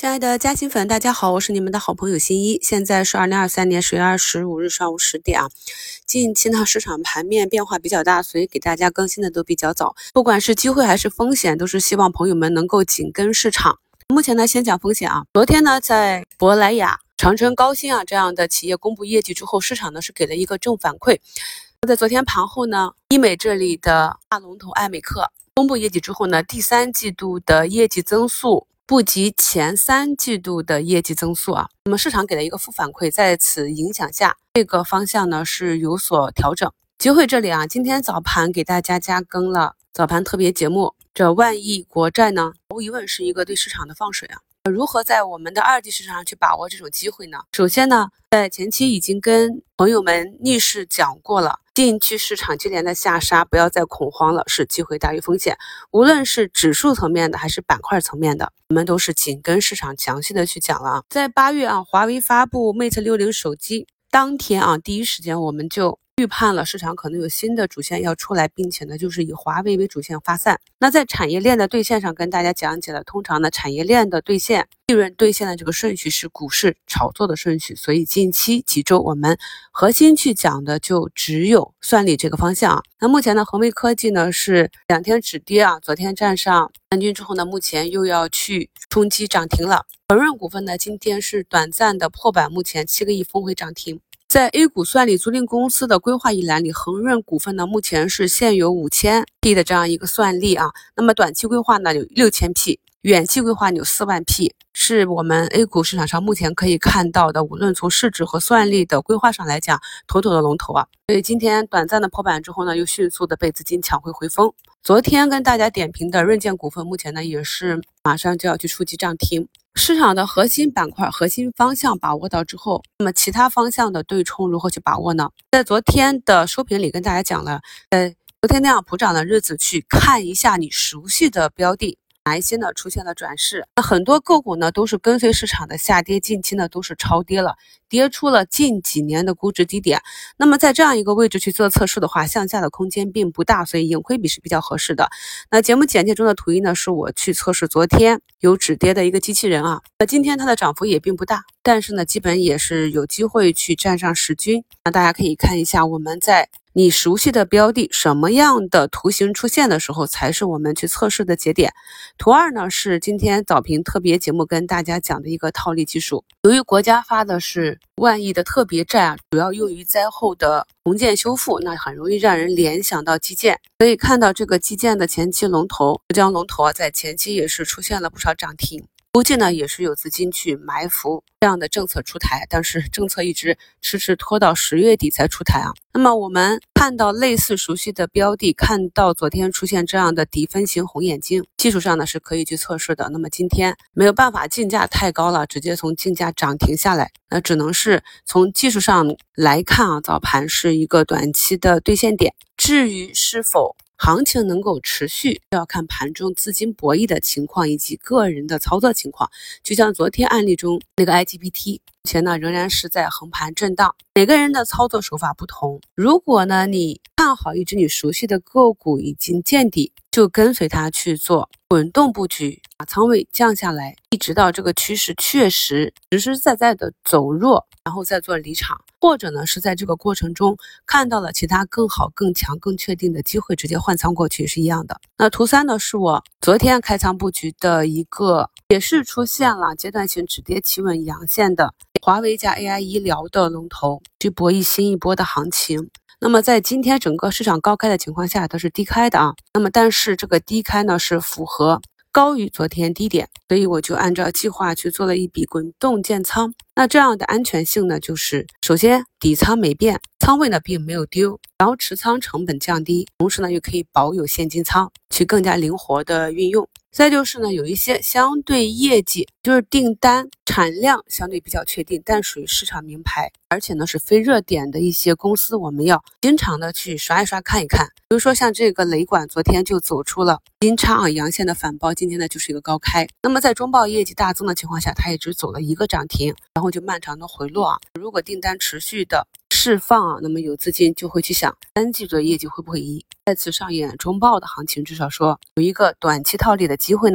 亲爱的嘉兴粉，大家好，我是你们的好朋友新一。现在是2023年10月25日上午10点啊。近期呢，市场盘面变化比较大，所以给大家更新的都比较早。不管是机会还是风险，都是希望朋友们能够紧跟市场。目前呢，先讲风险啊。昨天呢，在珀莱雅、长城、高新这样的企业公布业绩之后，市场呢是给了一个正反馈。在昨天盘后呢，医美这里的大龙头爱美克公布业绩之后呢，第三季度的业绩增速不及前3季度的业绩增速啊，那么市场给了一个负反馈，在此影响下，这个方向呢是有所调整。机会这里啊，今天早盘给大家加更了早盘特别节目，这万亿国债呢，毫无疑问是一个对市场的放水啊。如何在我们的二级市场上去把握这种机会呢？首先呢，在前期已经跟朋友们逆势讲过了，近期市场接连的下杀，不要再恐慌了，是机会大于风险。无论是指数层面的还是板块层面的，我们都是紧跟市场详细的去讲了啊。在8月啊，华为发布 Mate 60手机当天啊，第一时间我们就预判了市场可能有新的主线要出来，并且呢，就是以华为为主线发散。那在产业链的兑现上跟大家讲解了，通常呢，产业链的兑现、利润兑现的这个顺序是股市炒作的顺序，所以近期几周我们核心去讲的就只有算力这个方向啊。那目前呢，恒威科技呢是2天止跌啊，昨天站上冠军之后呢，目前又要去冲击涨停了。恒润股份呢，今天是短暂的破板，目前7个亿封回涨停。在 A 股算力租赁公司的规划一栏里，恒润股份呢目前是现有5000P 的这样一个算力啊，那么短期规划呢有6000P， 远期规划有4万P， 是我们 A 股市场上目前可以看到的，无论从市值和算力的规划上来讲，头的龙头啊。所以今天短暂的破板之后呢，又迅速的被资金抢回封。昨天跟大家点评的润建股份，目前呢也是马上就要去触及涨停。市场的核心板块、核心方向把握到之后，那么其他方向的对冲如何去把握呢？在昨天的收评里跟大家讲了，昨天那样普涨的日子去看一下你熟悉的标的，哪一些呢出现了转势？那很多个股呢都是跟随市场的下跌，近期呢都是超跌了，跌出了近几年的估值低点。那么在这样一个位置去做测试的话，向下的空间并不大，所以盈亏比是比较合适的。那节目简介中的图一呢，是我去测试昨天有止跌的一个机器人啊。那今天它的涨幅也并不大，但是呢，基本也是有机会去站上10均。那大家可以看一下我们在你熟悉的标的什么样的图形出现的时候才是我们去测试的节点。图2呢是今天早评特别节目跟大家讲的一个套利技术。由于国家发的是万亿的特别债啊，主要用于灾后的重建修复，那很容易让人联想到基建。所以看到这个基建的前期龙头浙江龙头啊，在前期也是出现了不少涨停。估计呢也是有资金去埋伏这样的政策出台，但是政策一直迟拖到10月底才出台啊。那么我们看到类似熟悉的标的，看到昨天出现这样的底分型红眼睛，技术上呢是可以去测试的。那么今天没有办法，竞价太高了，直接从竞价涨停下来，那只能是从技术上来看啊，早盘是一个短期的兑现点。至于是否行情能够持续，要看盘中资金博弈的情况以及个人的操作情况。就像昨天案例中那个 IGBT， 目前呢仍然是在横盘震荡，每个人的操作手法不同。如果呢你看好一只你熟悉的个股已经见底，就跟随它去做滚动布局，把仓位降下来，一直到这个趋势确实实实在在的走弱，然后再做离场。或者呢是在这个过程中看到了其他更好、更强、更确定的机会，直接换仓过去是一样的。那图3呢是我昨天开仓布局的一个，也是出现了阶段性止跌企稳阳线的华为加 AI 医疗的龙头，去博弈新一波的行情。那么在今天整个市场高开的情况下，它是低开的啊。那么但是这个低开呢是符合高于昨天低点，所以我就按照计划去做了一笔滚动建仓。那这样的安全性呢，就是首先底仓没变，仓位呢并没有丢，然后持仓成本降低，同时呢又可以保有现金仓，去更加灵活的运用。再就是呢，有一些相对业绩，就是订单产量相对比较确定，但属于市场名牌，而且呢是非热点的一些公司，我们要经常的去刷一刷看一看。比如说像这个雷管，昨天就走出了金叉啊阳线的反包，今天呢就是一个高开。那么在中报业绩大增的情况下，它也只走了一个涨停，然后就漫长的回落啊。如果订单持续的释放啊，那么有资金就会去想3季度的业绩会不会再次上演中报的行情，至少说有一个短期套利的机会呢。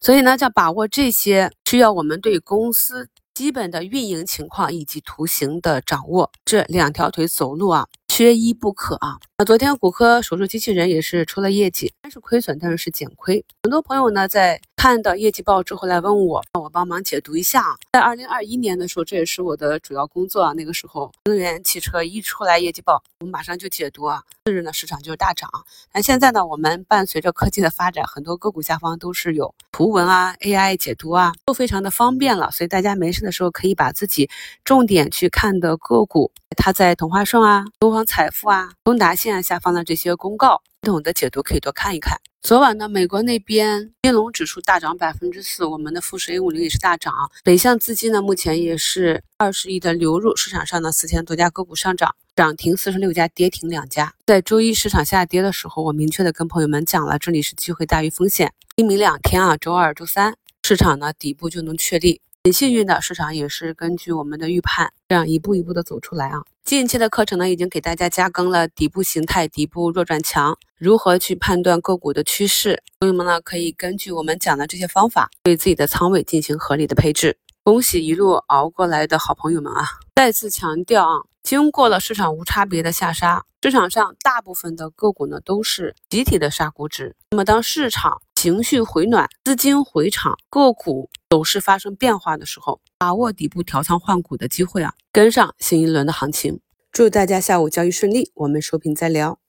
所以呢，要把握这些，需要我们对公司基本的运营情况以及图形的掌握，这两条腿走路啊，缺一不可啊。昨天骨科手术机器人也是出了业绩，但是亏损，但是减亏。很多朋友呢在看到业绩报之后来问我，让我帮忙解读一下啊。在2021年的时候，这也是我的主要工作啊。那个时候，能源汽车一出来业绩报，我们马上就解读啊，次日呢市场就大涨。但现在呢，我们伴随着科技的发展，很多个股下方都是有图文啊、AI 解读啊，都非常的方便了。所以大家没事的时候可以把自己重点去看的个股，它在同花顺啊、东方财富啊、东达线下方的这些公告，系统的解读可以多看一看。昨晚呢，美国那边金融指数大涨4%，我们的富时 A50也是大涨。北向资金呢，目前也是20亿的流入，市场上呢4000多家个股上涨，涨停46家，跌停2家。在周一市场下跌的时候，我明确的跟朋友们讲了，这里是机会大于风险。今明2天啊，周二、周三，市场呢底部就能确立。很幸运的，市场也是根据我们的预判，这样一步一步的走出来啊。近期的课程呢，已经给大家加更了底部形态、底部弱转强，如何去判断个股的趋势。朋友们呢，可以根据我们讲的这些方法，对自己的仓位进行合理的配置。恭喜一路熬过来的好朋友们啊！再次强调啊，经过了市场无差别的下杀，市场上大部分的个股呢都是集体的杀估值。那么当市场情绪回暖、资金回场、个股走势发生变化的时候，把握底部调仓换股的机会啊，跟上新一轮的行情。祝大家下午交易顺利，我们收评再聊。